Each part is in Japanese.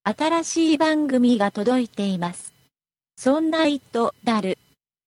新しい番組が届いています。そんな糸だる。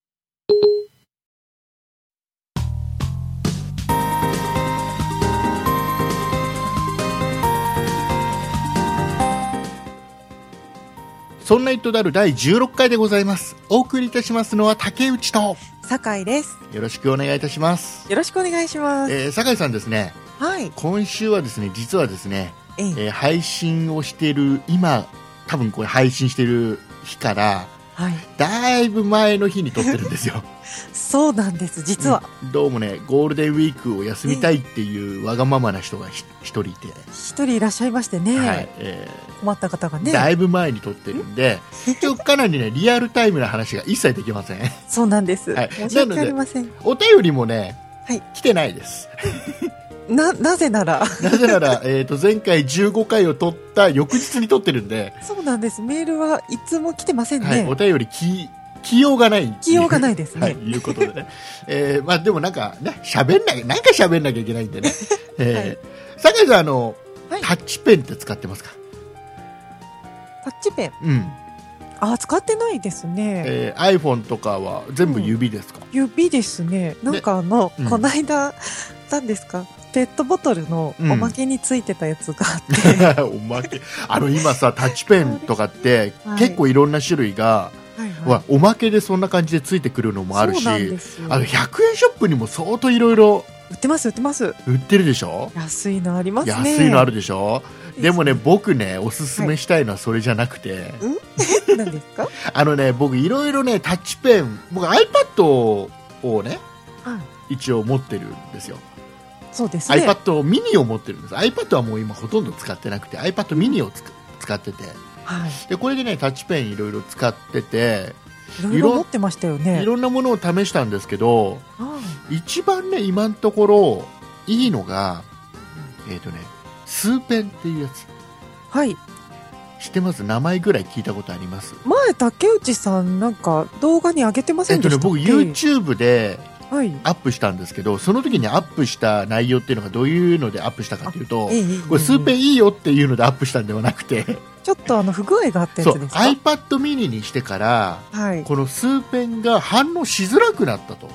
そんな糸だる第16回でございます。お送りいたしますのは竹内と酒井です。 よろしくお願いいたします。 よろしくお願いします。 酒井さんですね、 はい。 今週はですね、実はですね、配信をしている今、多分これ配信している日から、 はい、 だいぶ前の日に撮ってるんですよ。 そうなんです、実は、 どうもね、ゴールデンウィークを休みたいっていうわがままな人が一人いて、 一人いらっしゃいましてね、はい、困った方がね、 だいぶ前に撮ってるんで、今日かなりね、リアルタイムな話が一切できません。 そうなんです、 はい、 申し訳ありません。 お便りもね、 はい、 来てないです。 なぜなら前回15回を撮った翌日に撮ってるんで、 そうなんです、メールはいつも来てませんね。 はい、お便り来ようがないですね。 はい、いうことでね。まあでもなんかね、喋んなきゃいけないんでね。酒井さん、はい、タッチペンって使ってますか？ タッチペン？ うん。 使ってないですね。 iPhone とかは全部指ですか？ 指ですね。なんかこの間、何ですか？ペットボトルのおまけについてたやつがあって、 おまけ今さ、タッチペンとかって結構いろんな種類が、おまけでそんな感じでついてくるのもあるし、100円ショップにも相当いろいろ売ってます。 売ってるでしょ。 安いのありますね。 安いのあるでしょ。でもね、僕ね、おすすめしたいのはそれじゃなくて、 何ですか？ 僕いろいろね、タッチペン、僕 iPad をね、一応持ってるんですよ。 そうですね。 iPad mini を持ってるんです。iPad はもう今ほとんど使ってなくて、iPad mini を使ってて、 はい、 でこれでね、タッチペンいろいろ使ってて、 いろいろ持ってましたよね。 いろんなものを試したんですけど、一番ね、今のところいいのが、スーペンっていうやつ。 はい。 知ってます？名前ぐらい聞いたことあります？ 前、竹内さんなんか動画に上げてませんでしたっけ？ 僕 YouTube でアップしたんですけど、その時にアップした内容っていうのがどういうのでアップしたかというと、これスーペンいいよっていうのでアップしたんではなくて、 ちょっと不具合があったやつですか？ iPad mini にしてから、このスーペンが反応しづらくなったと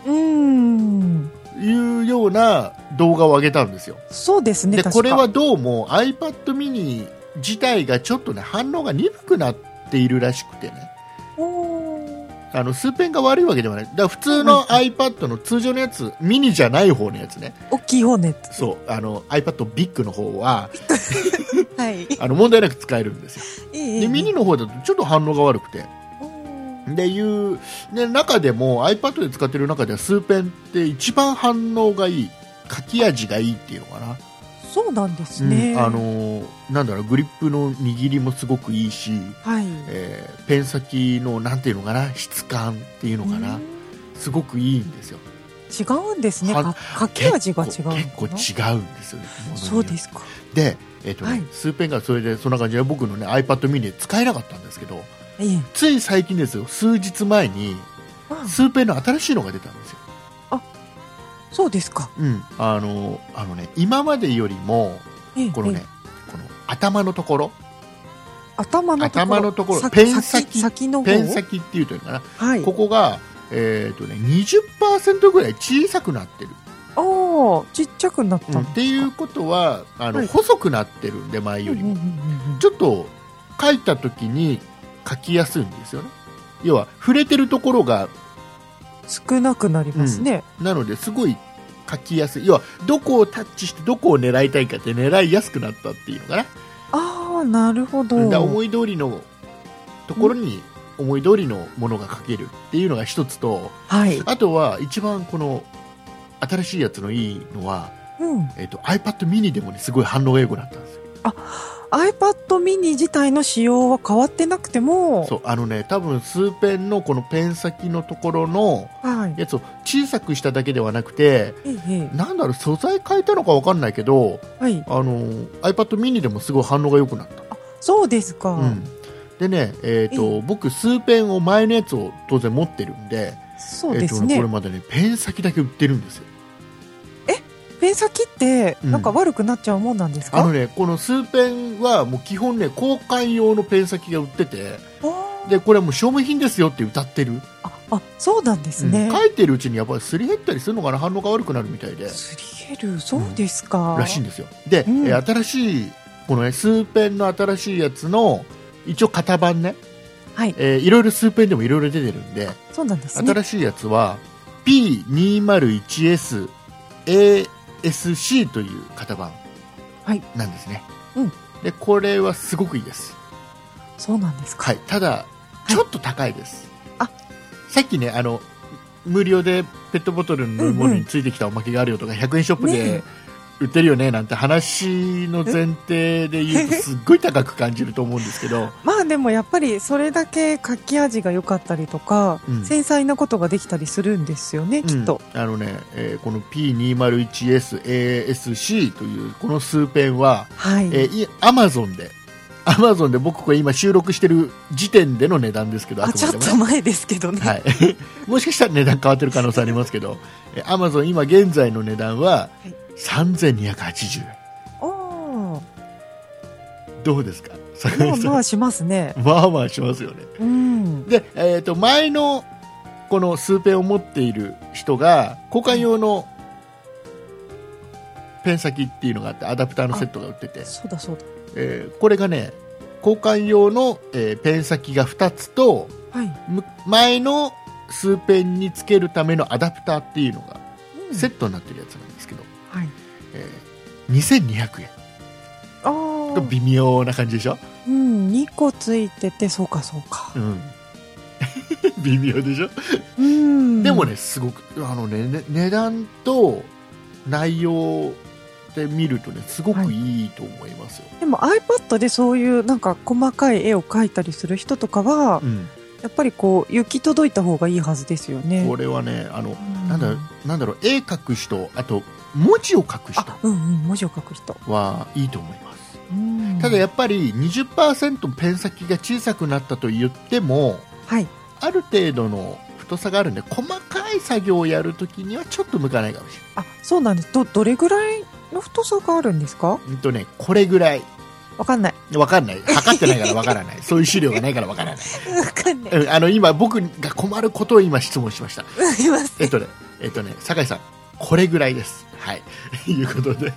いうような動画を上げたんですよ。 そうですね。 でこれはどうも iPad mini 自体がちょっとね、反応が鈍くなっているらしくてね、スーペンが悪いわけではない。だから普通の iPad の通常のやつ、ミニじゃない方のやつね、 大きい方のやつ、 そう、iPad ビッグの方ははい、 問題なく使えるんですよ。でミニの方だとちょっと反応が悪くて、で中でも iPad で使ってる中ではスーペンって一番反応がいい、書き味がいいっていうのかな。 そうなんですね。 なんだろう、グリップの握りもすごくいいし、 はい、 ペン先のなんていうのかな、質感っていうのかな、すごくいいんですよ。 違うんですね。書き味が違うのかな。 結構違うんですよね。 そうですか。 で、スーペンがそれでそんな感じで僕のね iPad mini で使えなかったんですけど、つい最近ですよ、数日前にスーペンの新しいのが出たんですよ。 そうですか。 今までよりもこの頭のところ、ペン先の方、ペン先っていうというかな、ここが20% ぐらい小さくなってる。 ちっちゃくなったんですか？ っていうことは細くなってるんで、前よりもちょっと書いた時に書きやすいんですよね。要は触れてるところが少なくなりますね。 なのですごい書きやすい。要はどこをタッチしてどこを狙いたいかって狙いやすくなったっていうのかな。 なるほど。 思い通りのところに思い通りのものが書けるっていうのが一つと、あとは一番この新しいやつのいいのは、iPad mini でもね、すごい反応が良くなったんですよ。 iPad mini 自体の仕様は変わってなくても、 そう、多分スーペンのこのペン先のところのやつを小さくしただけではなくて、なんだろう、素材変えたのか分かんないけど、iPad mini でもすごい反応が良くなった。 そうですか。 でね、僕スーペンを前のやつを当然持ってるんで、 そうですね。 これまでね、ペン先だけ売ってるんですよ。 ペン先ってなんか悪くなっちゃうもんなんですか？ このスーペンはもう基本ね、交換用のペン先が売ってて、でこれはもう消耗品ですよって歌ってる。 そうなんですね。 書いてるうちにやっぱりすり減ったりするのかな、反応が悪くなるみたいで。 すり減る、そうですか。 らしいんですよ。で、新しいこのね、スーペンの新しいやつの一応型番ね、はい、いろいろスーペンでもいろいろ出てるんで、 そうなんですね。 新しいやつは P201S ASC という型番なんですね。でこれはすごくいいです。 そうなんですか。 はい、ただちょっと高いです。さっきね、無料でペットボトルの飲み物についてきたおまけがあるよとか、100円ショップで売ってるよねなんて話の前提で言うとすっごい高く感じると思うんですけどまあでもやっぱりそれだけ書き味が良かったりとか、繊細なことができたりするんですよね、きっと。 この P201S ASC というこのスーペンは、Amazon で僕これ今収録してる時点での値段ですけど、 ちょっと前ですけどね、 はい、もしかしたら値段変わってる可能性ありますけどAmazon 今現在の値段は3280円。どうですか？ まあしますね。 まあまあしますよね。で、前のこのスーペンを持っている人が交換用のペン先っていうのがあって、アダプターのセットが売ってて、 そうだそうだ、 これがね、交換用の、ペン先が2つと、前のスーペンにつけるためのアダプターっていうのがセットになってるやつなんですけど、2200円。微妙な感じでしょ。 2個ついてて、そうかそうか、 微妙でしょ。でもね、すごく値段と内容で見るとね、すごくいいと思いますよ。 でも iPad でそういうなんか細かい絵を描いたりする人とかは、やっぱりこう行き届いた方がいいはずですよね。 これはね、なんだろう、絵描く人、あと文字を書く人、 文字を書く人はいいと思います。ただやっぱり 20% ペン先が小さくなったと言っても、ある程度の太さがあるんで、細かい作業をやるときにはちょっと向かないかもしれない。 そうなんです。どれぐらいの太さがあるんですか？ これぐらい。 わかんない。 測ってないからわからない。そういう資料がないからわからない。 わかんない。 今僕が困ることを今質問しました。酒井さん、これぐらいです。はい。いうことで。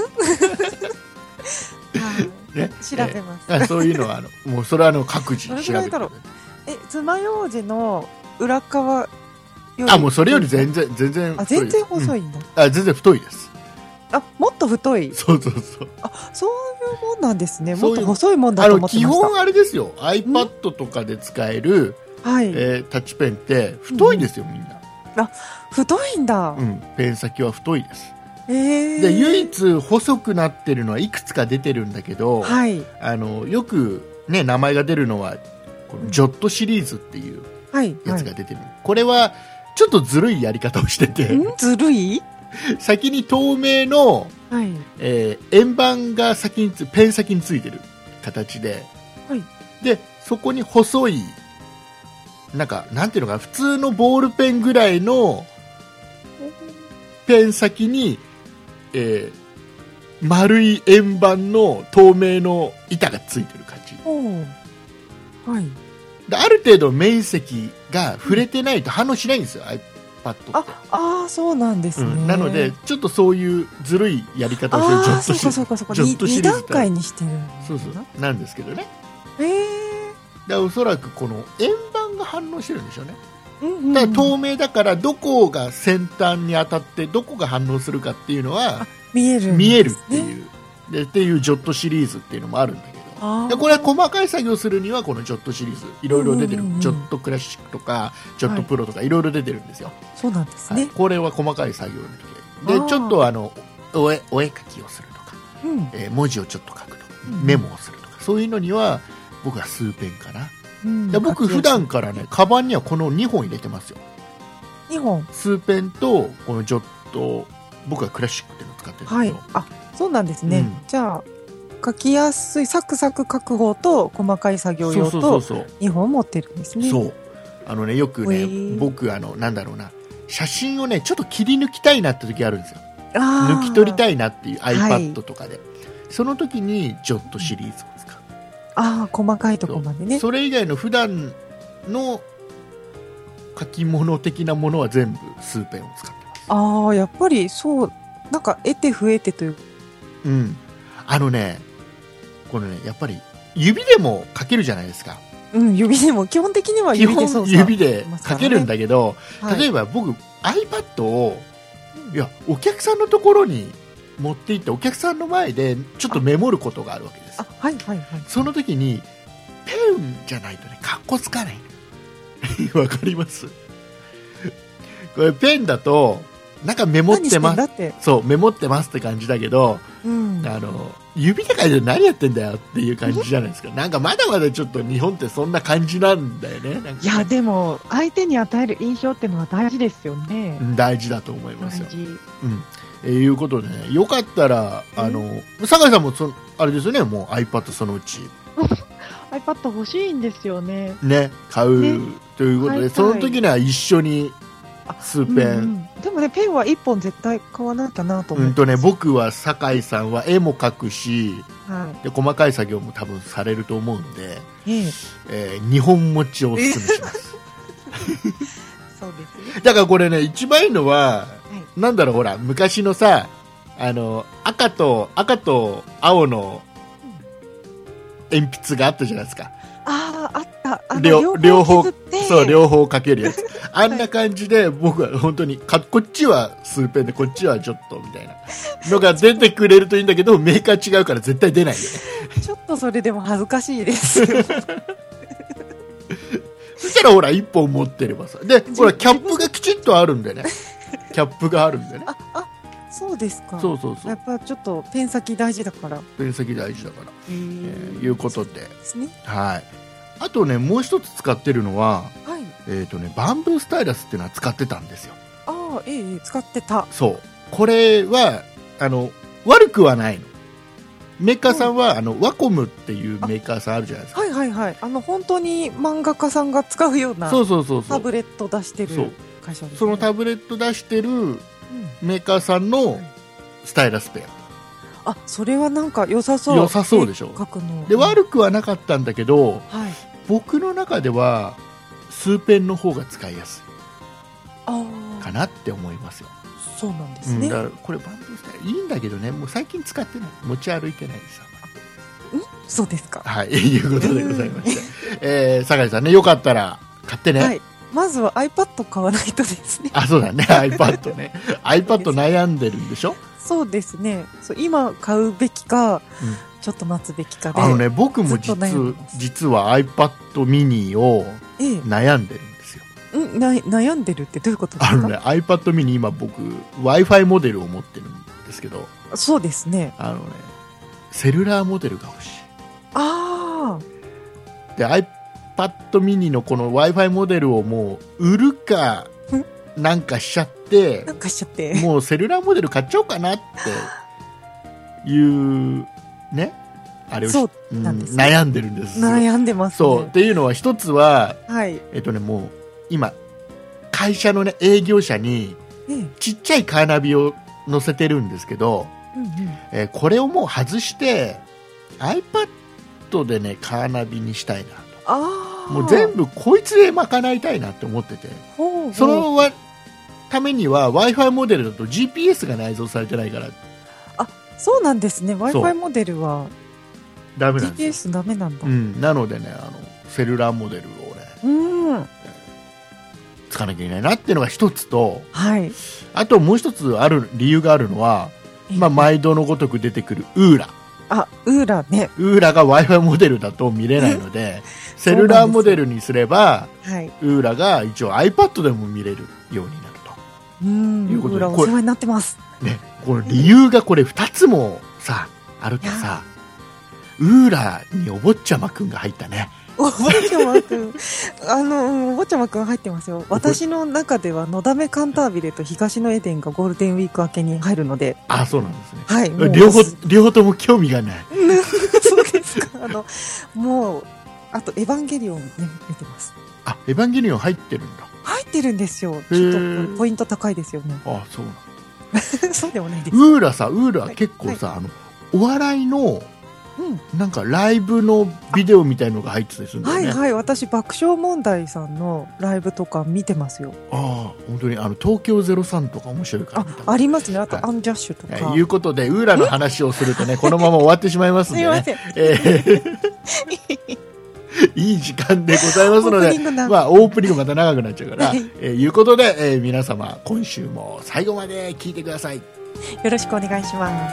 調べます。 そういうのはもうそれは各自調べて。 爪楊枝の裏側より。 もうそれより全然全然細いんだ。 全然太いです。 もっと太い。 そう。 そういうもんなんですね。もっと細いもんだと思ってました。 基本あれですよ。iPad とかで使えるタッチペンって太いですよ、みんな。 太いんだ。 ペン先は太いです。で唯一細くなってるのはいくつか出てるんだけど、よくね名前が出るのはこのジョットシリーズっていうやつが出てる。これはちょっとずるいやり方をしてて、 ずるい？ 先に透明の、円盤がペン先についてる形で、でそこに細いなんていうのかな、普通のボールペンぐらいのペン先に、丸い円盤の透明の板がついてる感じ。である程度面積が触れてないと反応しないんですよ、iPad って。 そうなんですね。 なのでちょっとそういうずるいやり方をしてる。ジョットシリーズ 2段階にしてる。 なんですけどね。でおそらくこの円盤が反応してるんでしょうね。ただ透明だからどこが先端に当たってどこが反応するかっていうのは見えるっていうジョットシリーズっていうのもあるんだけど、でこれは細かい作業するにはこのジョットシリーズいろいろ出てる。ジョットクラシックとかジョットプロとかいろいろ出てるんですよ。 そうなんですね。 これは細かい作業の時でちょっとお絵描きをするとか、文字をちょっと書くとか、メモをするとか、そういうのには僕はスーペンかな。僕普段からね、カバンにはこの2本入れてますよ。 2本。 スーペンとこのジョット、僕はクラシックっていうのを使ってるんですけど。 そうなんですね。じゃあ書きやすいサクサク書く方と細かい作業用と2本持ってるんですね。よくね、僕なんだろうな、写真をねちょっと切り抜きたいなって時あるんですよ。 抜き取りたいなっていう iPad とかで、その時にジョットシリーズを使う。 細かいところまでね。 それ以外の普段の書き物的なものは全部スーペンを使ってます。 やっぱりそう、なんか得て増えてという。 これね、やっぱり指でも書けるじゃないですか。 指でも、基本的には指で操作、 基本指で書けるんだけど、例えば僕 iPad をお客さんのところに持って行ってお客さんの前でちょっとメモることがあるわけです。その時にペンじゃないとね、かっこつかないわかります？これペンだとなんかメモってます、そうメモってますって感じだけど、指で書いて何やってんだよっていう感じじゃないですか。なんかまだまだちょっと日本ってそんな感じなんだよね。 いやでも相手に与える印象っていうのは大事ですよね。 大事だと思いますよ。いうことでね、よかったら酒井さんもあれですよね、もう iPad そのうち iPad 欲しいんですよね。 買うということで、その時には一緒にスーペン、 でもね、ペンは1本絶対買わなきゃなと思って、 僕は酒井さんは絵も描くし、で細かい作業も多分されると思うんで、2本持ちをおすすめしますそうですね。 だからこれね、一番いいのは、なんだろう、ほら昔のさ、赤と青の鉛筆があったじゃないですか。 あった。 両方かけるやつあんな感じで、僕は本当にこっちはスーペンでこっちはジョットみたいなのが出てくれるといいんだけど、メーカー違うから絶対出ないよね。 ちょっとそれでも恥ずかしいですそしたらほら1本持ってればさ、でほらキャップがきちっとあるんでねキャップがあるんでね。 そうですか。 そうやっぱちょっとペン先大事だから。 いうことで、あとね、もう一つ使ってるのは、バンブースタイラスっていうのは使ってたんですよ。 使ってた。 そうこれは悪くはないの。メーカーさんはワコムっていうメーカーさんあるじゃないですか。 本当に漫画家さんが使うようなタブレット出してる会社ですね。 そのタブレット出してるメーカーさんのスタイラスペン、 それはなんか良さそうでしょ。 書くので悪くはなかったんだけど、僕の中ではスーペンの方が使いやすいかなって思いますよ。 そうなんですね。 だからこれバンブースタイラいいんだけどね、もう最近使ってない、持ち歩いてないですそうですか。 いうことでございまして、酒井さんね、よかったら買ってね。 まずは iPad 買わないとですね。 そうだね、iPad ねiPad 悩んでるんでしょ。 そうですね。今買うべきか、ちょっと待つべきかで。 僕も実は iPad mini を悩んでるんですよ。 悩んでるってどういうことですか ？iPad mini 今僕 Wi-Fi モデルを持ってるんですけど。 そうですね。 セルラーモデルが欲しい。で iPad mini のこの Wi-Fi モデルをもう売るかなんかしちゃってもうセルラーモデル買っちゃおうかなっていうね、あれを悩んでるんです。 悩んでますね。 っていうのは一つは、もう今会社のね営業車にちっちゃいカーナビを載せてるんですけど、これをもう外して iPad でねカーナビにしたいなと。もう全部こいつで賄いたいなって思ってて、そのためには Wi-Fi モデルだと GPS が内蔵されてないから。 そうなんですね。 Wi-Fi モデルはダメなんです GPS ダメなんだ。 なのでね、セルラーモデルをね、使わなきゃいけないなっていうのが一つと、あともう一つある理由があるのは、毎度のごとく出てくるウーラ。 ウーラね。 ウーラが Wi-Fi モデルだと見れないのでセルラーモデルにすれば、ウーラが一応 iPad でも見れるようになるということで、 ウーラお世話になってますね。この理由がこれ2つもさあるとさ、ウーラにお坊ちゃまくんが入ったね。 お坊ちゃまくんお坊ちゃまくん入ってますよ。私の中ではのだめカンタービレと東のエデンがゴールデンウィーク明けに入るので。 そうなんですね。両方とも興味がないそうですか。もうあとエヴァンゲリオンね見てます。 エヴァンゲリオン入ってるんだ。 入ってるんですよ。ちょっとポイント高いですよね。 そうなんだ。 そうでもないです。 ウーラは結構さ、お笑いのなんかライブのビデオみたいのが入ってたりするんだよね。 はいはい、私爆笑問題さんのライブとか見てますよ。 ああ、本当に東京03とか面白いからありますね。あと、アンジャッシュとか。 いうことでウーラの話をするとねこのまま終わってしまいますんでね。 すいません。 いい時間でございますので、オープニングまた長くなっちゃうから、いうことで、皆様今週も最後まで聞いてください。 よろしくお願いします。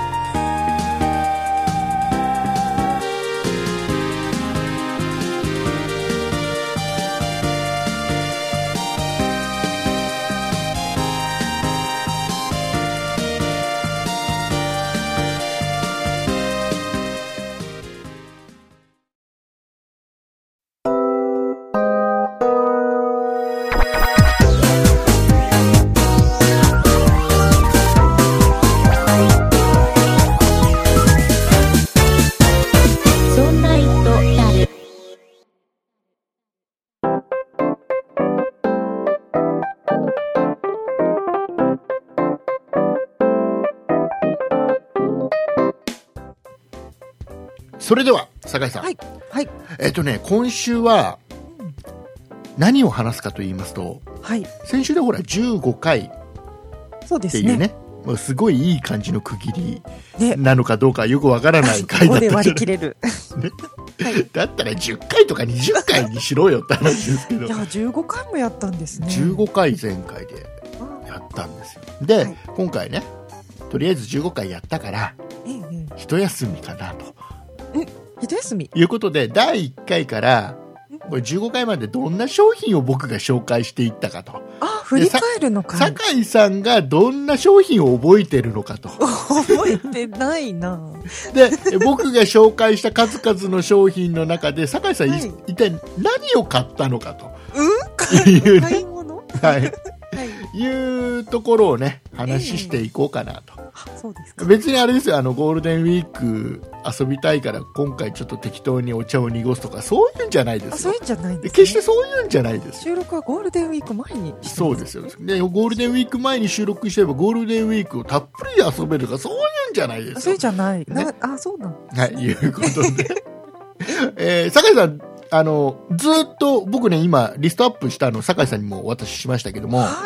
それでは酒井さん、 はいはい、 今週は何を話すかと言いますと、 はい、 先週でほら15回っていうね、 そうですね、 もうすごいいい感じの区切りなのかどうかよくわからない回だったじゃない、 割り切れる、 ねはい、だったら10回とか20回にしろよって話ですけど、 いや15回もやったんですね。 15回前回でやったんですよ。で、はい、今回ねとりあえず15回やったから、一休みかなと一休みいうことで、第1回からこれ15回までどんな商品を僕が紹介していったかと、 振り返るのか、 酒井さんがどんな商品を覚えてるのかと覚えてないなで僕が紹介した数々の商品の中で酒井さん、はい、一体何を買ったのかという、 買い物はいいうところをね話していこうかなと。 そうですか。 別にあれですよ、ゴールデンウィーク遊びたいから今回ちょっと適当にお茶を濁すとかそういうんじゃないですよ。 そういうんじゃないんですね。 決してそういうんじゃないです。 収録はゴールデンウィーク前にしてます。 そうですよ。でゴールデンウィーク前に収録してればゴールデンウィークをたっぷり遊べるとかそういうんじゃないですよ。 そうじゃない、 ね、 そうなんです、 ね、はい、いうことで酒井さんずっと僕ね今リストアップした酒井さんにもお渡ししましたけども、はい、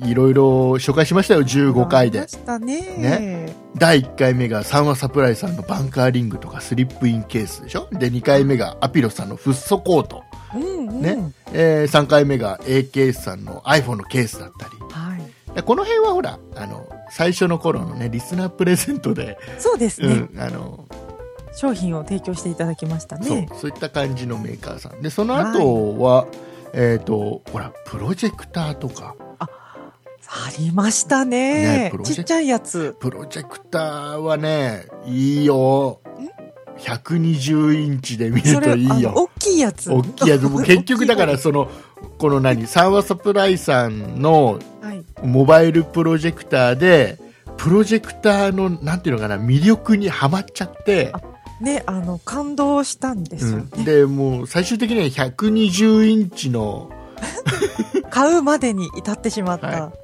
いろいろ紹介しましたよ15回で。ね、第1回目が三和サプライさんのバンカーリングとかスリップインケースでしょ。で2回目がアピロさんのフッ素コート、ね3回目が AKS さんの iPhone のケースだったり、はい、でこの辺はほら最初の頃のねリスナープレゼントで、 そうですね、商品を提供していただきましたね。 そういった感じのメーカーさんで、その後は、ほらプロジェクターとかありましたね。ちっちゃいやつ。 プロジェクターはねいいよ。120インチで見るといいよ。 大きいやつ。 大きいやつ。結局だからこのサンワサプライさんのモバイルプロジェクターで、プロジェクターのなんていうのかな、魅力にはまっちゃってね、感動したんですよね。 でもう最終的には120インチの買うまでに至ってしまった、はい、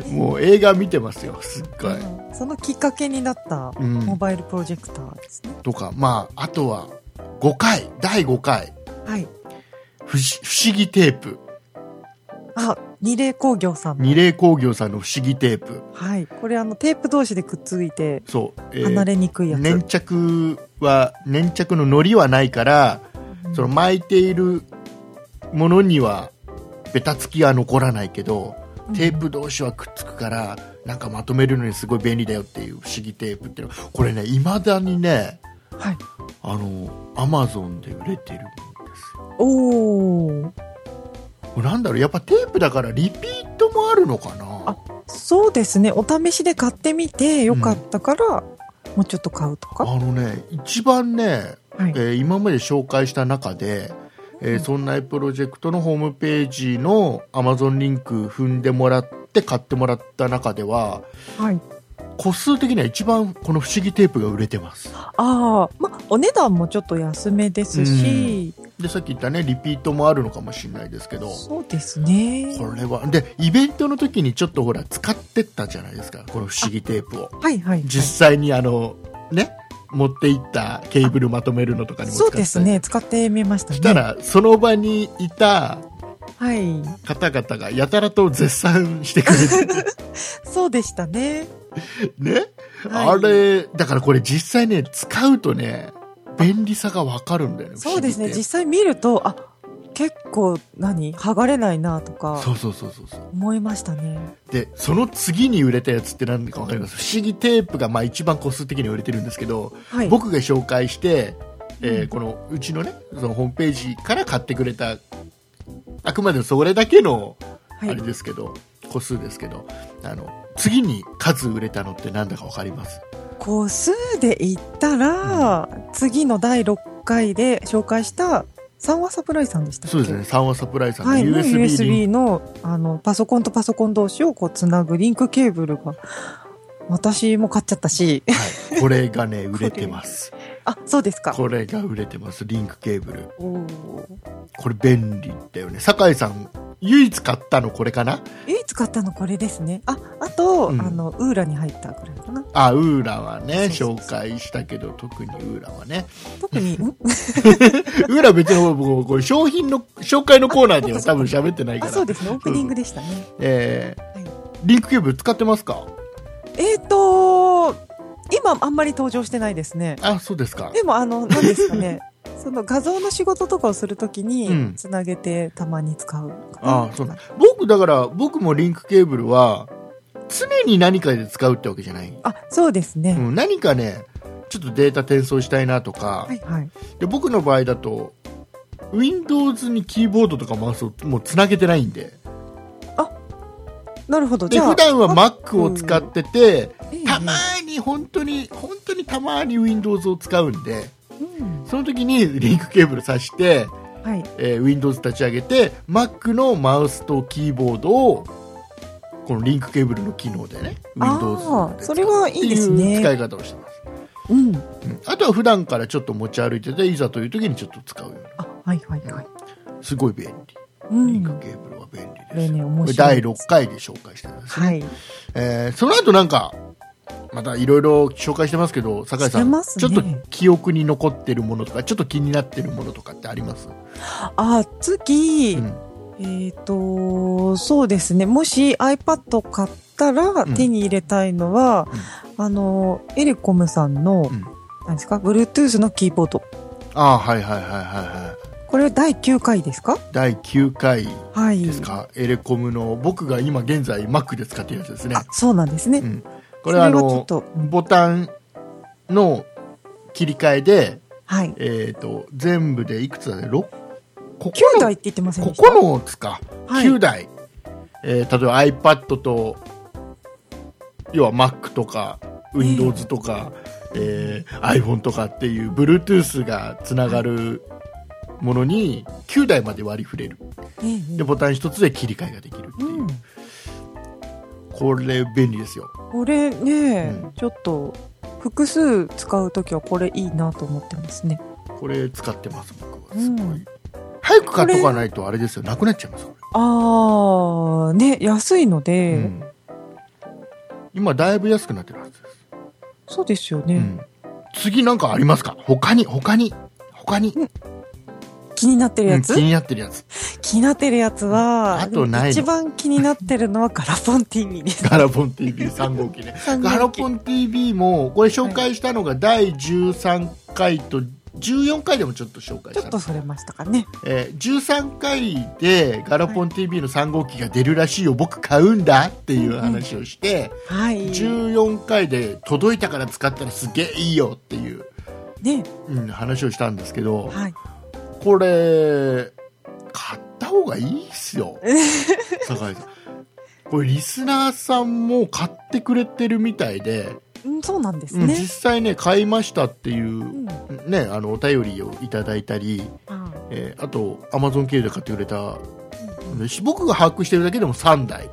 もう映画見てますよすっごい、 そのきっかけになったモバイルプロジェクターですね、 とか、あとは第5回、はい、不思議テープ、 二霊工業さんの不思議テープ、 はい、これテープ同士でくっついて離れにくいやつ、 粘着の糊はないから、その巻いているものにはベタつきは残らないけど、テープ同士はくっつくからなんかまとめるのにすごい便利だよっていう不思議テープっていうの、これね未だにね、はい、Amazon で売れてるんですよ。 おー、 なんだろう、やっぱテープだからリピートもあるのかな。 そうですね、お試しで買ってみてよかったから、もうちょっと買うとか。 一番ね、はい、今まで紹介した中で、そんなプロジェクトのホームページの Amazon リンク踏んでもらって買ってもらった中では、はい、個数的には一番この不思議テープが売れてます。 お値段もちょっと安めですし、 でさっき言ったねリピートもあるのかもしれないですけど、 そうですね。 これはでイベントの時にちょっとほら使ってったじゃないですか、この不思議テープを。 はいはい、はい、 実際にね持っていったケーブルまとめるのとかにも使って、 そうですね、使ってみましたね。 したらその場にいたはい方々がやたらと絶賛してくれてそうでしたね。 ね、 はい、 あれだからこれ実際ね使うとね便利さが分かるんだよね。 そうですね、実際見ると結構剥がれないなとかそう思いましたね。 でその次に売れたやつって何か分かります？不思議テープが一番個数的に売れてるんですけど、はい、僕が紹介して、このうちのねそのホームページから買ってくれた、あくまでもそれだけのあれですけど、個数ですけど、次に数売れたのって何だか分かります？ 個数で言ったら、次の第6回で紹介した三和サプライさんでしたっけ？ そうですね、三和サプライさんの USB の、パソコンとパソコン同士をつなぐリンクケーブルが私も買っちゃったし、 はい、これがね売れてますそうですか。 これが売れてます、リンクケーブル。これ便利だよね。酒井さん唯一買ったのこれかな？ 唯一買ったのこれですね。あと、ウーラに入ったくらいかな。 ウーラはね紹介したけど、特にウーラはね特にウーラ別にこれ商品の紹介のコーナーでは多分喋ってないから。 そうですね、オープニングでしたね。 リンクケーブル使ってますか？ 今あんまり登場してないですね。 そうですか。 でも何ですかねその画像の仕事とかをするときにつなげてたまに使うかな。 そうなん。僕もリンクケーブルは常に何かで使うってわけじゃない。 そうですね、 何かねちょっとデータ転送したいなとか、で僕の場合だと Windows にキーボードとかマウスをもうつなげてないんで。 なるほど。 で普段は Mac を使ってて、たまに本当にたまに Windows を使うんで、その時にリンクケーブル挿して、Windows 立ち上げて Mac のマウスとキーボードをこのリンクケーブルの機能でね Windows で使うそれはいいですね。 っていう使い方をしてます。あとは普段からちょっと持ち歩いてて、いざという時にちょっと使うような。すごい便利。リンクケーブルは便利です。これ第6回で紹介してるんですね。その後なんかまたいろいろ紹介してますけど、酒井さん、ちょっと記憶に残ってるものとかちょっと気になってるものとかってあります？ 次、そうですね、もし iPad 買ったら手に入れたいのは、エレコムさんの、何ですか、Bluetooth のキーボード。これ第9回ですか？ 第9回ですか、エレコムの僕が今現在 Mac で使ってるやつですね。 そうなんですね。 これはボタンの切り替えで、全部でいくつだね、9 台って言ってませんでした ？9つか、9台、例えば iPad と要は Mac とか Windows とか、iPhone とかっていう Bluetooth がつながるものに9台まで割り振れる、でボタン一つで切り替えができるっていう、これ便利ですよ。 これね、ちょっと複数使うときはこれいいなと思ってますね。 これ使ってます僕は。すごい、早く買っとかないとあれですよ、なくなっちゃいます。 安いので、 今だいぶ安くなってるはずです。 そうですよね。 次なんかありますか？他に気になってるやつ？ 気になってるやつは、 あとないの？ 一番気になってるのはガラポン TV です。 ガラポン TV3 号機ね。ガラポン TV もこれ紹介したのが第13回と14回でもちょっと紹介した。 ちょっとそれましたかね。 13回でガラポン TV の3号機が出るらしいよ、僕買うんだっていう話をして、14回で届いたから使ったらすげえいいよっていう、話をしたんですけど、これ買った方がいいっすよ酒井さん。これリスナーさんも買ってくれてるみたいで、 そうなんですね。 実際ね買いましたっていう、お便りをいただいたり、あと Amazon 経由で買ってくれた、僕が把握してるだけでも3台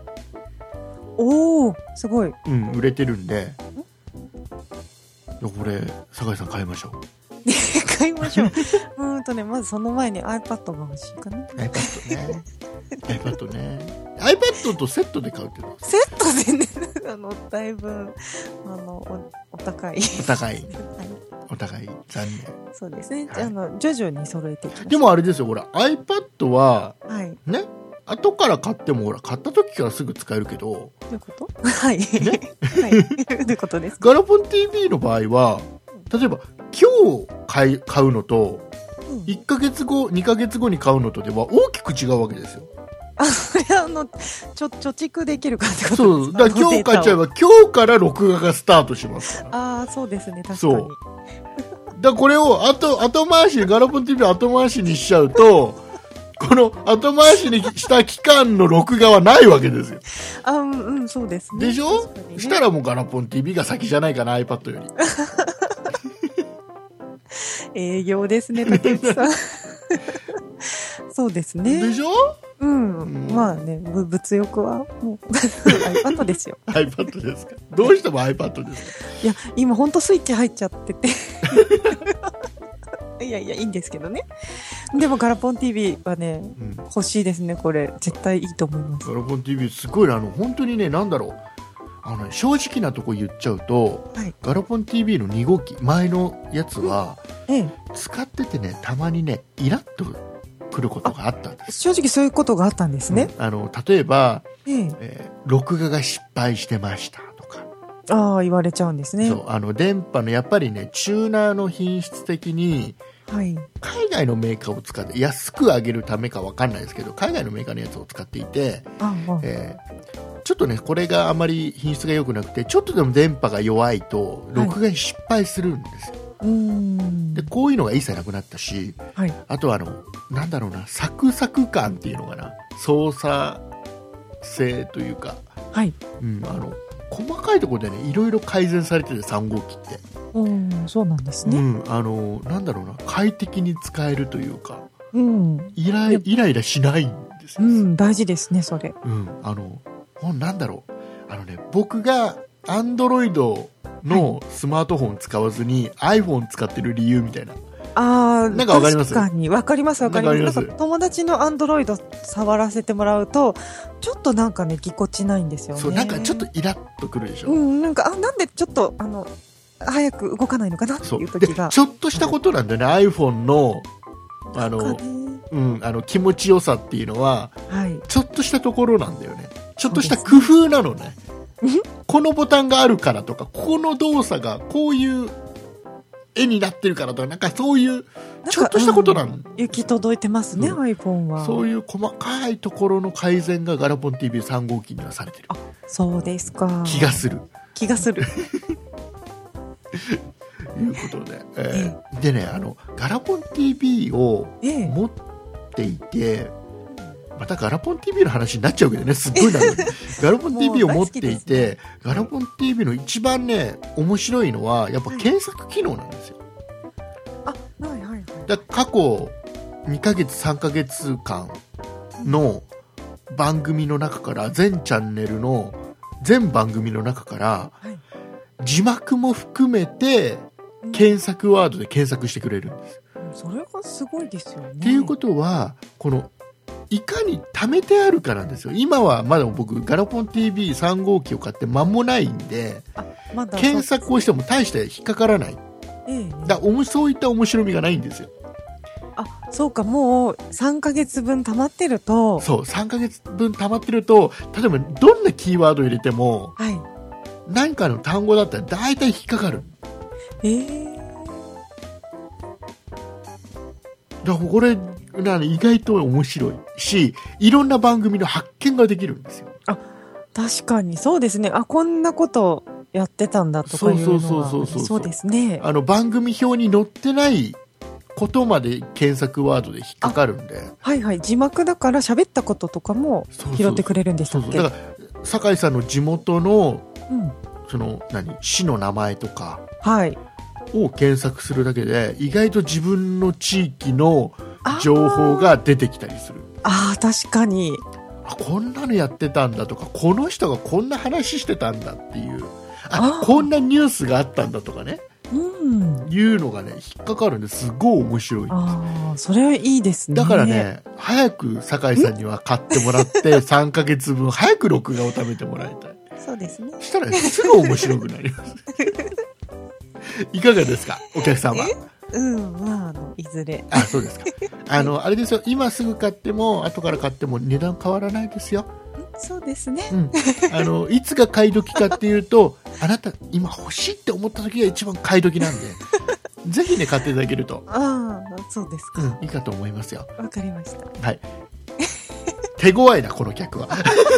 すごい、 売れてるんで、これ酒井さん買いましょう。 買いましょう。まずその前に iPad が欲しいかな。 iPad ね。iPad ね。iPad とセットで買うっての？ セットでね、だいぶ、お高い。 お高い。お互い残念。 そうですね。徐々に揃えていきます。 でもあれですよ、ほら iPad は、 はい、 ね、後から買ってもほら買った時からすぐ使えるけど。どういうこと？はい。ね、はい。どういうことですか？ ガラポン TV の場合は、例えば今日買うのと、1ヶ月後、2ヶ月後に買うのとでは大きく違うわけですよ。 それは貯蓄できるかってことですか？ そう。だから今日買っちゃえば今日から録画がスタートしますから。 ああ、そうですね、確かに。 そう。だからこれを後回しに、ガラポン TV 後回しにしちゃうと、この後回しにした期間の録画はないわけですよ。 そうですね。 でしょ？ね、したらもうガラポン TV が先じゃないかな、iPad より。 営業ですね、竹内さん。そうですね。 でしょ？ まあね、物欲はもう iPad ですよ。 iPad ですか？どうしても iPad ですか？ いや、今ほんとスイッチ入っちゃってて。いや、いいんですけどね。でもガラポン TV はね、欲しいですね、これ。絶対いいと思います。 ガラポン TV すごい本当にね、なんだろう。正直なとこ言っちゃうと、はい、ガラポン TV の2号機、前のやつは、使っててね、たまにね、イラッと来ることがあったんです。 正直そういうことがあったんですね。 例えば、録画が失敗してましたとか。 ああ、言われちゃうんですね。 そう、電波のやっぱりね、チューナーの品質的に、はい、海外のメーカーを使って安く上げるためか分かんないですけど、海外のメーカーのやつを使っていて、ちょっとね、これがあまり品質が良くなくて、ちょっとでも電波が弱いと録画に失敗するんですよ。でこういうのが一切なくなったし、はい、あとはなんだろうな、サクサク感っていうのかな、操作性というか、はい、細かいところでね、いろいろ改善されてて、3号機って。 そうなんですね。 なんだろうな、快適に使えるというか、イライラしないんですよ。 大事ですね、それ。 なんだろう、僕が Android のスマートフォン使わずに iPhone 使ってる理由みたいな。なんかわかります？ 確かに、わかります、わかります。なんか友達の Android 触らせてもらうと、ちょっとなんかね、ぎこちないんですよね。 そう、なんかちょっとイラッとくるでしょ。 なんか、なんでちょっと、早く動かないのかなっていう時が。 ちょっとしたことなんだよね、iPhone の、気持ちよさっていうのは、ちょっとしたところなんだよね。ちょっとした工夫なのね。このボタンがあるからとか、この動作がこういう絵になってるからとか、なんかそういうちょっとしたことなん行き届いてますね、iPhone は。 そういう細かいところの改善がガラポン TV3 号機にはされてる。 そうですか。 気がする。いうことで、でね、ガラポン TV を持っていて、またガラポン TV の話になっちゃうけどね、すっごいなるガラポン TV を持っていて、ガラポン TV の一番ね、面白いのはやっぱ検索機能なんですよ。だ過去2ヶ月3ヶ月間の番組の中から、全チャンネルの全番組の中から、字幕も含めて検索ワードで検索してくれるんです。 それがすごいですよね。 っていうことは、いかに貯めてあるかなんですよ。今はまだ僕ガラポン TV3 号機を買って間もないんで、検索をしても大して引っかからない。そういった面白みがないんですよ。 そうか、もう3ヶ月分溜まってると。 そう、3ヶ月分溜まってると、例えばどんなキーワードを入れても、何かの単語だったら大体引っかかる。だからこれ意外と面白いし、いろんな番組の発見ができるんですよ。 確かにそうですね。こんなことやってたんだとかいうのは。そうですね。 番組表に載ってないことまで検索ワードで引っかかるんで。 字幕だから喋ったこととかも拾ってくれるんでしたっけ？ だから酒井さんの地元の、市の名前とかを検索するだけで、意外と自分の地域の情報が出てきたりする。 確かに。 こんなのやってたんだとか、この人がこんな話してたんだっていう、こんなニュースがあったんだとかね、 いうのがね引っかかるんですごい面白いんです。 ああ、それはいいですね。 だからね、早く酒井さんには買ってもらって3ヶ月分早く録画を食べてもらいたい。 そうですね。 そしたら、ね、すぐ面白くなりますいかがですかお客様。 まあいずれ。 あ、そうですか。あれですよ、今すぐ買っても後から買っても値段変わらないですよ。 そうですね。 いつが買い時かっていうと、あなた今欲しいって思った時が一番買い時なんでぜひね買っていただけると、 そうですか、 いいかと思いますよ。 わかりました。 はい手強いなこの客は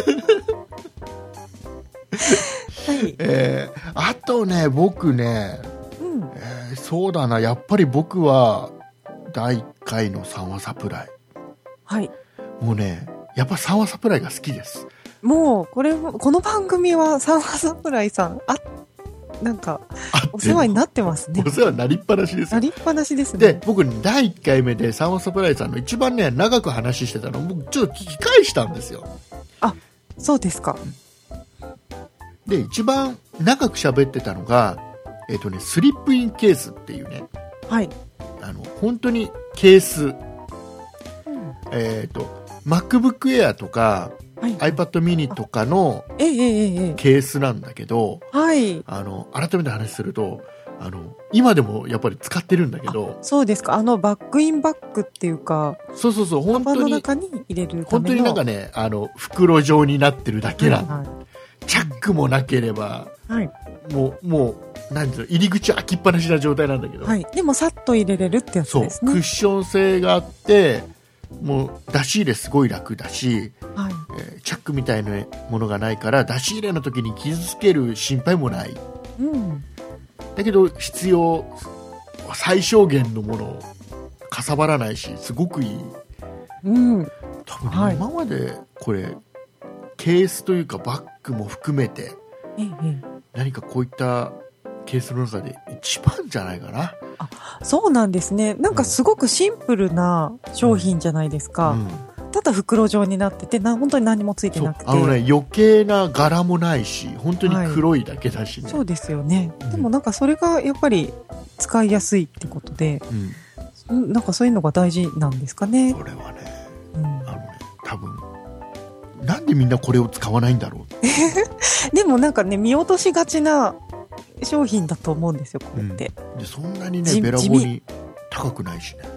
はい、あとね僕ね、そうだな、やっぱり僕は第1回の3話サプライ、 はい、 もうねやっぱ3話サプライが好きです。 もうこの番組は3話サプライさんなんかお世話になってますね。 お世話になりっぱなしですよ。 なりっぱなしですね。 で僕第1回目で3話サプライさんの一番ね長く話してたの僕ちょっと聞き返したんですよ。 あ、そうですか。 で一番長く喋ってたのがスリップインケースっていうね、 はい、 本当にケース、MacBook Air とか、はい、iPad mini とかのケースなんだけど、 はい、 改めて話すると今でもやっぱり使ってるんだけど。 そうですか。バックインバッグっていうか、 そう本当にの中に入れるための本当になんかね袋状になってるだけな、チャックもなければ、はい、もうなんていうの、入り口開きっぱなしな状態なんだけど、 はい、でもさっと入れれるってやつですね。 そうクッション性があってもう出し入れすごい楽だし、はい、チャックみたいなものがないから出し入れの時に傷つける心配もない、だけど必要最小限のものをかさばらないしすごくいい、多分、今までこれケースというかバッグも含めて、何かこういったケースの中で一番じゃないかな。 あ、そうなんですね。なんかすごくシンプルな商品じゃないですか、ただ袋状になってて本当に何もついてなくて、 余計な柄もないし本当に黒いだけだしね、 そうですよね、でもなんかそれがやっぱり使いやすいってことで、なんかそういうのが大事なんですかね。 これはね、多分なんでみんなこれを使わないんだろうでもなんかね見落としがちな商品だと思うんですよこれって、 でそんなにねべらぼうに高くないしね。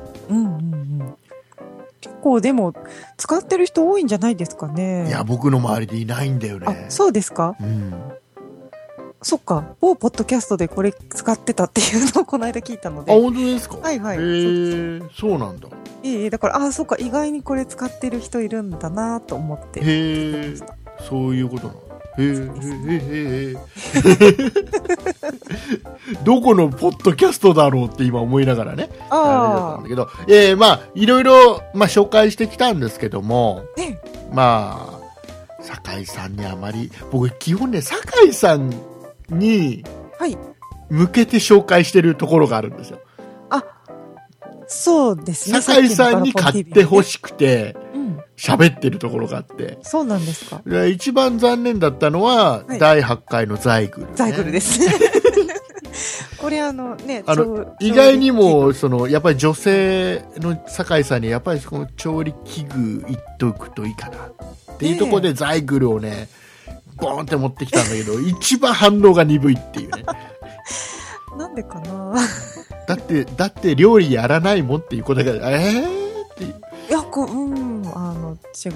結構でも使ってる人多いんじゃないですかね。 いや僕の周りでいないんだよね。 あ、そうですか。そっか、某ポッドキャストでこれ使ってたっていうのをこの間聞いたので。 あ、本当ですか。 はいはい。 そうなんだ。 だからそっか、意外にこれ使ってる人いるんだなと思って聞いてました。 そういうことなの。どこのポッドキャストだろうって今思いながらね、あれだったんだけど、まあいろいろ紹介してきたんですけども、まあ酒井さんにあまり僕基本ね酒井さんに向けて紹介してるところがあるんですよ。 あ、そうですね。 酒井さんに買ってほしくて喋ってるところがあって。 そうなんですか。 一番残念だったのは、第8回のザイグル、ね。 ザイグルですね。これね、 意外にもやっぱり女性の酒井さんにやっぱりこの調理器具言っとくといいかなっていうところでザイグルをねボーンって持ってきたんだけど一番反応が鈍いっていうね。 なんでかな。 だって料理やらないもんっていうことだからっていう。 いや違う。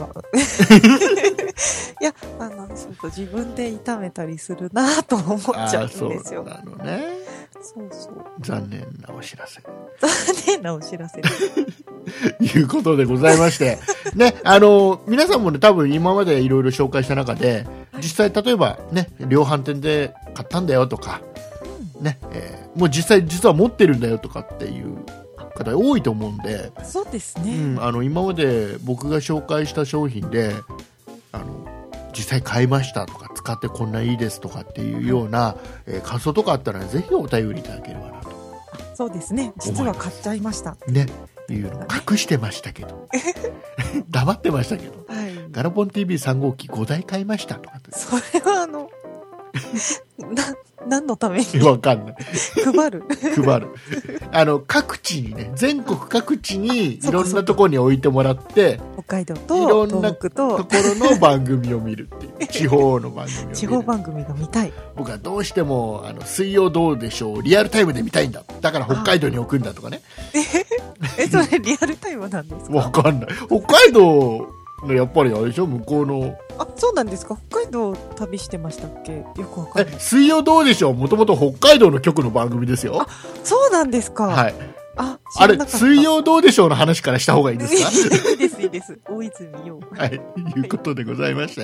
いやちょっと自分で炒めたりするなと思っちゃうんですよ。 そうなのね。 そう残念なお知らせ。 残念なお知らせ。 いうことでございましてね、皆さんもね多分今までいろいろ紹介した中で実際例えばね量販店で買ったんだよとか、ね、もう実は持ってるんだよとかっていう方多いと思うんで。 そうですね、 今まで僕が紹介した商品で実際買いましたとか使ってこんないいですとかっていうような、感想とかあったら、ね、ぜひお便りいただければなと。 そうですね、実は買っちゃいましたねいうのを隠してましたけど黙ってましたけど、ガラポン TV3 号機5台買いましたとかって。 それは何のためにわかんない。 配る各地にね、全国各地にいろんなところに置いてもらって、 北海道といろんなところの番組を見るっていう地方の番組を見る。 地方番組が見たい。 僕はどうしても水曜どうでしょうリアルタイムで見たいんだ、だから北海道に置くんだとかね。 それリアルタイムなんですか？ わかんない。北海道のやっぱりあれでしょ、向こうの。 あ、そうなんですか。北海道旅してましたっけ？よくわかんない。 水曜どうでしょう、もともと北海道の局の番組ですよ。 あ、そうなんですか。 はい。あれ、水曜どうでしょうの話からした方がいいですか？ いいです、いいです。大泉洋。 はい、いうことでございまして。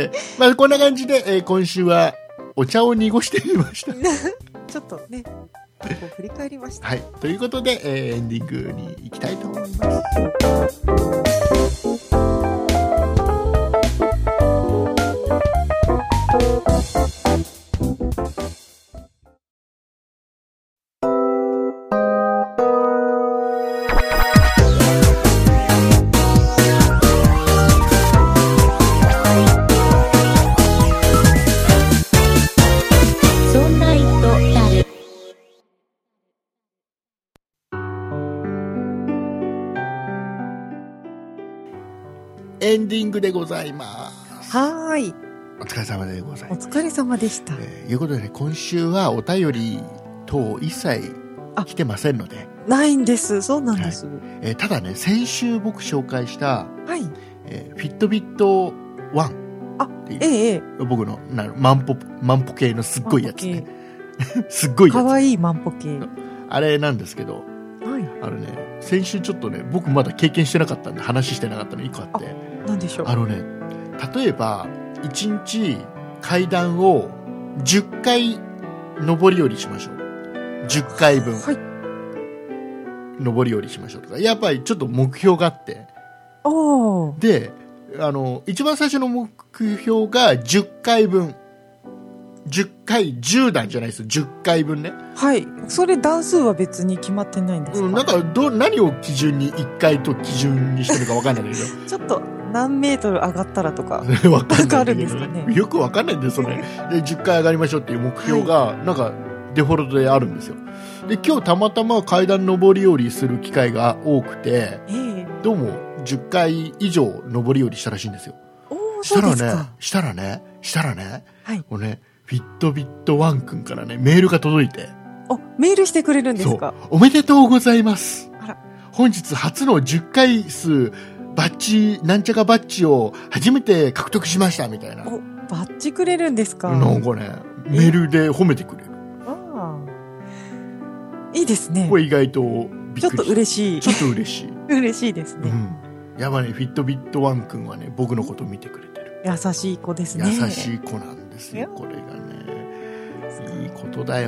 まあ、こんな感じで、今週はお茶を濁してみました。 ちょっとね、振り返りました。 はい。ということで、エンディングに行きたいと思います。エンディングでございます。 はい。 お疲れ様でございます。 お疲れ様でした。 いうことでね、今週はお便り等一切来てませんので。 ないんです。そうなんです。 はい、ただね、先週僕紹介した、 はい。 フィットビット1っていう、僕の万歩計のすっごいやつね。すっごいやつ。 かわいい万歩計。 あれなんですけど、はい、先週ちょっとね、僕まだ経験してなかったんで話してなかったの1個あって。 なんでしょう。 例えば1日階段を10回上り下りしましょう。10回分、はい、上り下りしましょうとか、やっぱりちょっと目標があって、で、一番最初の目標が10回分、10回10段じゃないですよ、10回分ね。 はい。それ段数は別に決まってないんですか？ なんか何を基準に1回と基準にしてるか分かんないんだけどちょっと何メートル上がったらとかなんかあるんですかね。 よく分かんないんですよね。で10回上がりましょうっていう目標がなんかデフォルトであるんですよ。で今日たまたま階段上り下りする機会が多くて、どうも10回以上上り下りしたらしいんですよ。したらね、はい、もうね、フィットビットワン君からね、メールが届いて。 メールしてくれるんですか？ おめでとうございます。本日初の10回数バッジ、なんちゃかバッジを初めて獲得しましたみたいな。 バッジくれるんですか？ なんかね、メールで褒めてくれる。 いいですね。 これ意外とびっくりした。 ちょっと嬉しい。 ちょっと嬉しい。 嬉しいですね。 やばいね、フィットビットワン君はね、僕のこと見てくれてる。 優しい子ですね。 優しい子なんですよ、これがね。いいことだよ。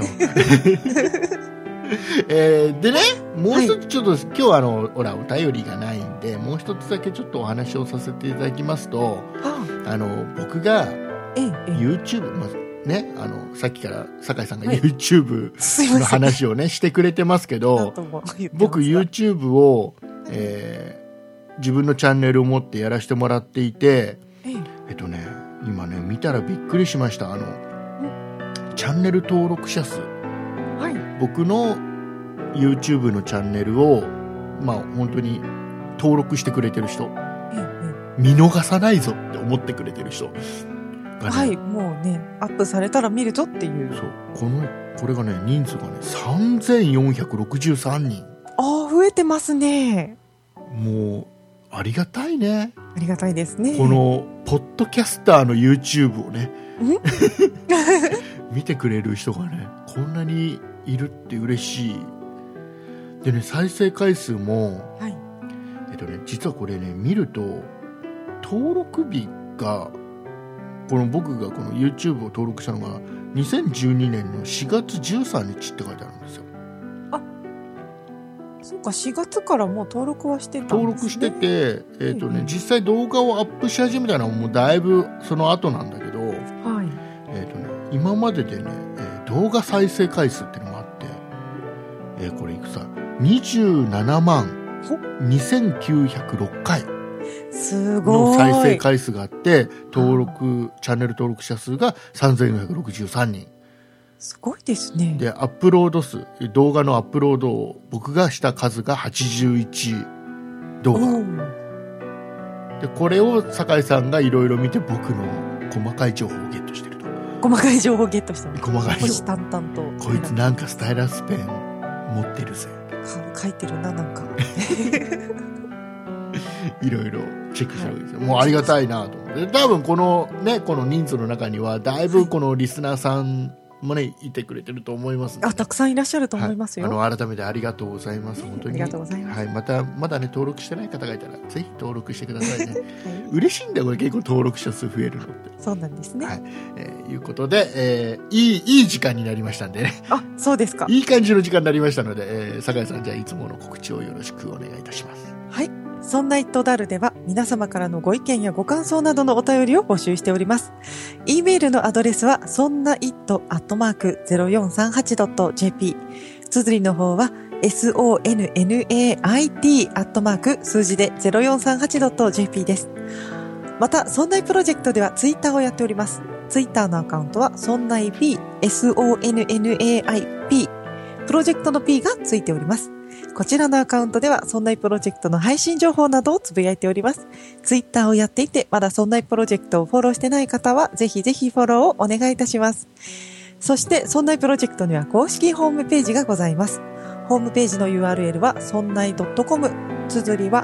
でね、もう一つちょっと、今日はほら、お便りがないんで、もう一つだけちょっとお話をさせていただきますと、僕が YouTube、ね、さっきから酒井さんが YouTube の話をね、してくれてますけど、僕 YouTube を、自分のチャンネルを持ってやらせてもらっていて、今ね、見たらびっくりしました。チャンネル登録者数。はい、僕の YouTube のチャンネルを、本当に登録してくれてる人、見逃さないぞって思ってくれてる人がね、 はい、もうね、アップされたら見るぞっていう。 そう、これがね、人数がね、3463人。 増えてますね。 もうありがたいね。 ありがたいですね。 このポッドキャスターの YouTube をね見てくれる人がね、こんなにいるって嬉しい。でね、再生回数も、はい、実はこれね、見ると登録日が、僕がこの YouTube を登録したのが2012年の4月13日って書いてあるんですよ。 そうか、4月からもう登録はしてたんですね。 登録してて、実際動画をアップし始めたのはもうだいぶその後なんだけど、はい、今まででね、動画再生回数っていうのがあって、これいくさ、27万2906回すごいの再生回数があって、チャンネル登録者数が3463人すごいですね。 で、アップロード数、動画のアップロードを僕がした数が81動画。で、これを酒井さんがいろいろ見て僕の細かい情報をゲットしてると。 細かい情報をゲットしてます。 細かい情報。 淡々と。 こいつなんかスタイラスペン持ってるぜ。 書いてるな、なんか。 いろいろチェックしたわけですよ。もうありがたいなと思って。多分このね、この人数の中には、だいぶこのリスナーさんもね、いてくれてると思いますので、ね。 たくさんいらっしゃると思いますよ。 はい、改めてありがとうございます。本当に。 ありがとうございます。 はい、まだね、登録してない方がいたら、ぜひ登録してくださいね。はい、嬉しいんだよ、これ結構登録者数増えるのって。 そうなんですね。 はい。いうことで、いい時間になりましたんでね。 あ、そうですか。 いい感じの時間になりましたので、酒井さん、じゃあいつもの告知をよろしくお願いいたします。 はい。そんなイットダルでは皆様からのご意見やご感想などのお便りを募集しております。e メールのアドレスはそんな it@0438.jp。綴りの方は sonnait 数字で 0438.jp です。また、そんないプロジェクトではツイッターをやっております。ツイッターのアカウントはそんない P、SONNAIP。プロジェクトの P がついております。こちらのアカウントでは、そんないプロジェクトの配信情報などをつぶやいております。ツイッターをやっていて、まだそんないプロジェクトをフォローしてない方は、ぜひぜひフォローをお願いいたします。そして、そんないプロジェクトには公式ホームページがございます。ホームページの URL は、そんない .com、綴りは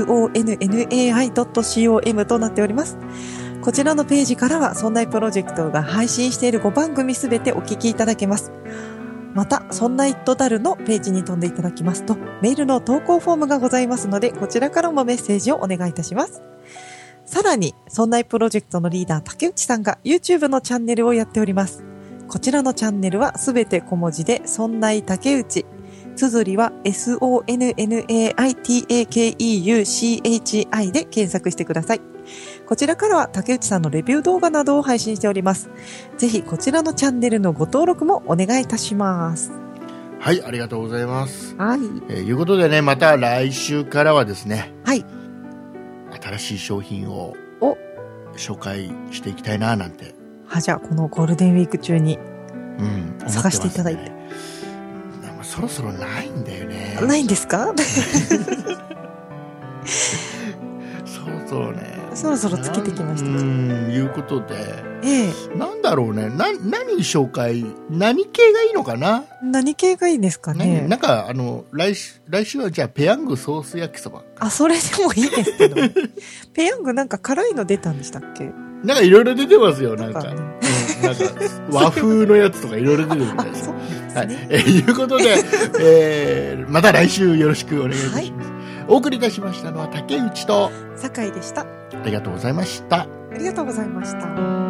sonnai.com となっております。こちらのページからは、そんないプロジェクトが配信している5番組すべてお聞きいただけます。また、そんなイットダルのページに飛んでいただきますと、メールの投稿フォームがございますので、こちらからもメッセージをお願いいたします。さらに、そんないプロジェクトのリーダー竹内さんが YouTube のチャンネルをやっております。こちらのチャンネルはすべて小文字で、そんない竹内。綴りは SONNAITAKEUCHI で検索してください。こちらからは竹内さんのレビュー動画などを配信しております。ぜひこちらのチャンネルのご登録もお願いいたします。 はい、ありがとうございます。 はい。 いうことでね、また来週からはですね、 はい。 新しい商品を紹介していきたいななんて。 じゃあこのゴールデンウィーク中に探していただいて。 でもそろそろないんだよね。 ないんですか？そろそろつけてきましたか。 いうことで、なんだろうね。何紹介、何系がいいのかな？ 何系がいいですかね。 なんか来週はじゃあペヤングソース焼きそば。 それでもいいですけど。ペヤングなんか辛いの出たんでしたっけ？ なんかいろいろ出てますよ。なんか和風のやつとかいろいろ出てるみたいです。 そうですね。 はい。いうことで、また来週よろしくお願いいたします。お送りいたしましたのは竹内と酒井でした。 ありがとうございました。 ありがとうございました。